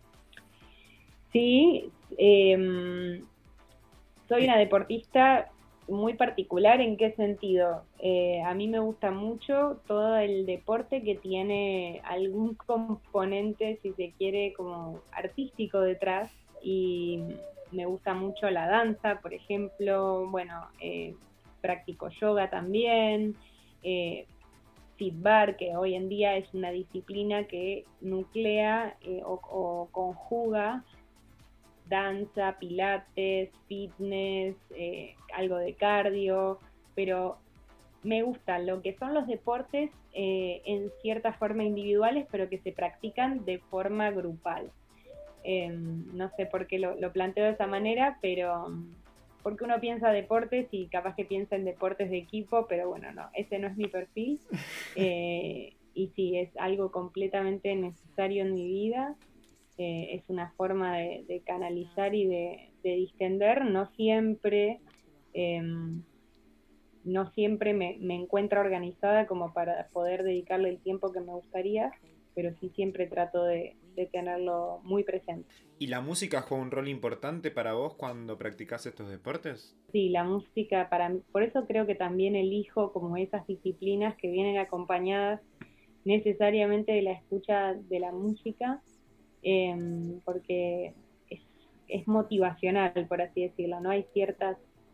Sí, eh, soy Eh, una deportista muy particular. ¿En qué sentido? Eh, a mí me gusta mucho todo el deporte que tiene algún componente, si se quiere, como artístico detrás y me gusta mucho la danza, por ejemplo, bueno, eh, practico yoga también, eh, Fit Bar, que hoy en día es una disciplina que nuclea eh, o, o conjuga danza, pilates, fitness, eh, algo de cardio, pero me gusta lo que son los deportes eh, en cierta forma individuales, pero que se practican de forma grupal. Eh, no sé por qué lo, lo planteo de esa manera, pero porque uno piensa deportes y capaz que piensa en deportes de equipo, pero bueno, no, ese no es mi perfil. Eh, y sí, es algo completamente necesario en mi vida, eh, es una forma de, de canalizar y de, de, distender. No siempre, eh, no siempre me, me, encuentro organizada como para poder dedicarle el tiempo que me gustaría, pero sí siempre trato de, de tenerlo muy presente. ¿Y la música juega un rol importante para vos cuando practicás estos deportes? Sí, la música para mí, por eso creo que también elijo como esas disciplinas que vienen acompañadas necesariamente de la escucha de la música, eh, porque es, es motivacional, por así decirlo, ¿no? Hay ciertas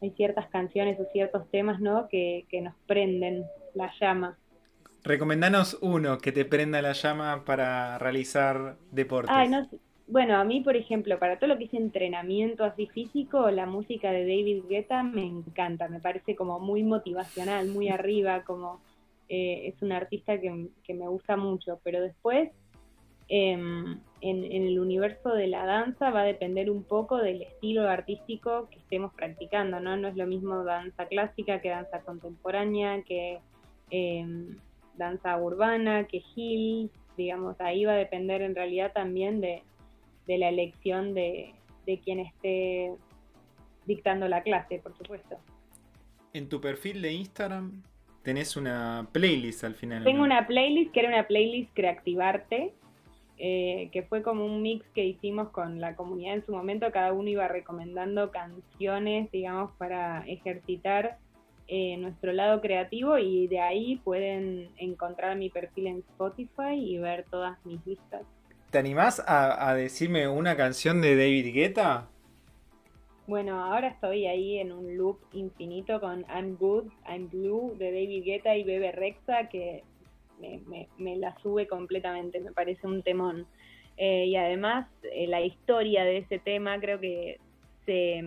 hay ciertas canciones o ciertos temas, ¿no? Que, que nos prenden la llama. Recomendanos uno que te prenda la llama para realizar deportes. Ay, no sé. Bueno, a mí, por ejemplo, para todo lo que es entrenamiento así físico, la música de David Guetta me encanta, me parece como muy motivacional, muy arriba, como eh, es un artista que, que me gusta mucho, pero después eh, en, en el universo de la danza va a depender un poco del estilo artístico que estemos practicando, ¿no? No es lo mismo danza clásica que danza contemporánea, que eh, danza urbana, que hill, digamos, ahí va a depender en realidad también de de la elección de, de quien esté dictando la clase, por supuesto. En tu perfil de Instagram tenés una playlist al final. Tengo ¿no? una playlist que era una playlist Creactivarte, eh, que fue como un mix que hicimos con la comunidad en su momento. Cada uno iba recomendando canciones, digamos, para ejercitar eh, nuestro lado creativo, y de ahí pueden encontrar mi perfil en Spotify y ver todas mis listas. ¿Te animás a, a decirme una canción de David Guetta? Bueno, ahora estoy ahí en un loop infinito con I'm Good, I'm Blue de David Guetta y Bebe Rexha, que me, me, me la sube completamente, me parece un temón. Eh, y además, eh, la historia de ese tema creo que se,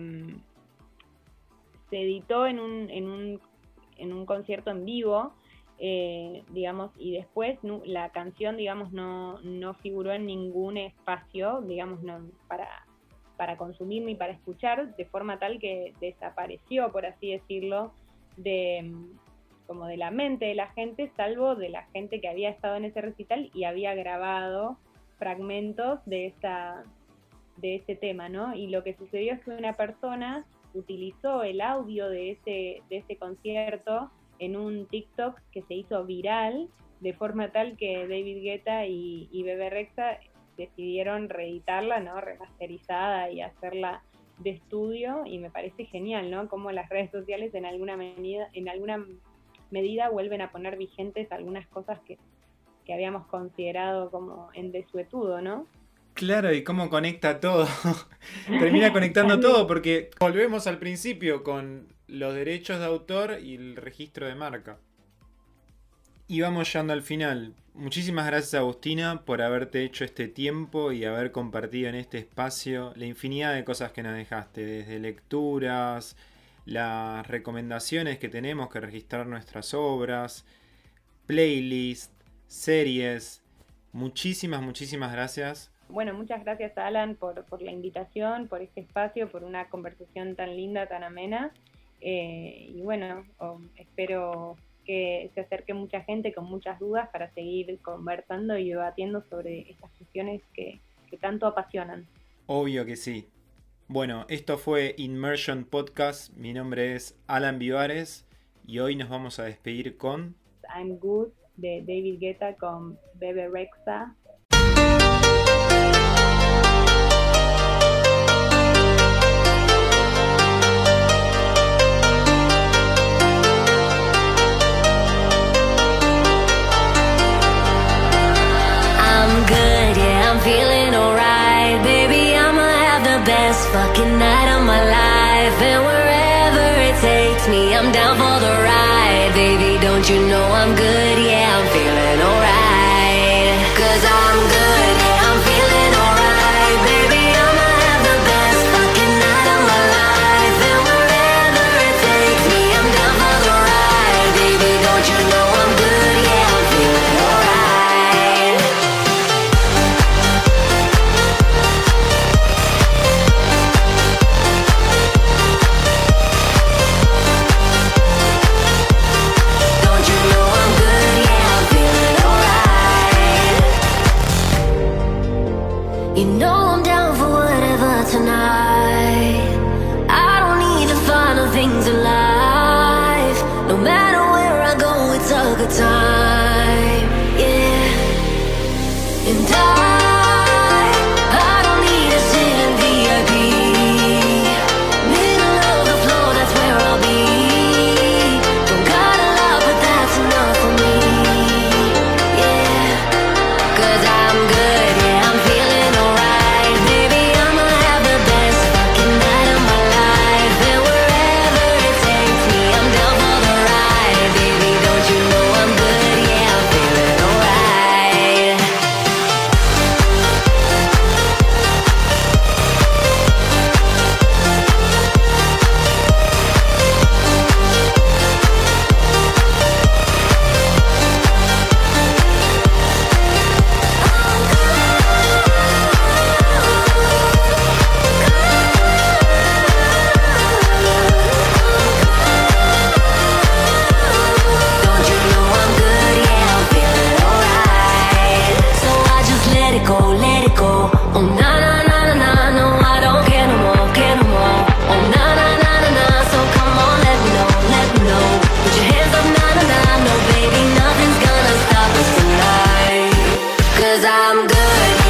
se editó en un, en, un, en un concierto en vivo, Eh, digamos, y después no, la canción, digamos, no, no figuró en ningún espacio, digamos, no, para, para consumir ni para escuchar, de forma tal que desapareció, por así decirlo, de como de la mente de la gente, salvo de la gente que había estado en ese recital y había grabado fragmentos de esa, de ese tema, ¿no? Y lo que sucedió es que una persona utilizó el audio de ese, de ese concierto en un TikTok que se hizo viral, de forma tal que David Guetta y, y Bebe Rexha decidieron reeditarla, ¿no? Remasterizada y hacerla de estudio, y me parece genial, ¿no? Como las redes sociales en alguna medida, en alguna medida vuelven a poner vigentes algunas cosas que, que habíamos considerado como en desuetudo, ¿no? Claro, y cómo conecta todo. Termina conectando todo, porque volvemos al principio con los derechos de autor y el registro de marca. Y vamos llegando al final. Muchísimas gracias, Agustina, por haberte hecho este tiempo y haber compartido en este espacio la infinidad de cosas que nos dejaste, desde lecturas, las recomendaciones que tenemos que registrar nuestras obras, playlists, series. Muchísimas, muchísimas gracias. Bueno, muchas gracias, Alan, por, por la invitación, por este espacio, por una conversación tan linda, tan amena. Eh, y bueno, oh, espero que se acerque mucha gente con muchas dudas para seguir conversando y debatiendo sobre estas cuestiones que, que tanto apasionan. Obvio que sí. Bueno, esto fue Immersion Podcast. Mi nombre es Alan Vivares y hoy nos vamos a despedir con I'm Good de David Guetta con Bebe Rexha. Feeling alright, baby, I'ma have the best fucking night of my life. And wherever it takes me, I'm down for the ride. Baby, don't you know I'm good? Yeah, I'm feeling alright. Cause I'm good, yeah, I'm feeling alright. Baby, I'ma have the best fucking night of my life. And wherever it takes me, I'm down for the ride. Baby, don't you know I'm good? Yeah, I'm feeling alright. Don't you know I'm good? I'm good.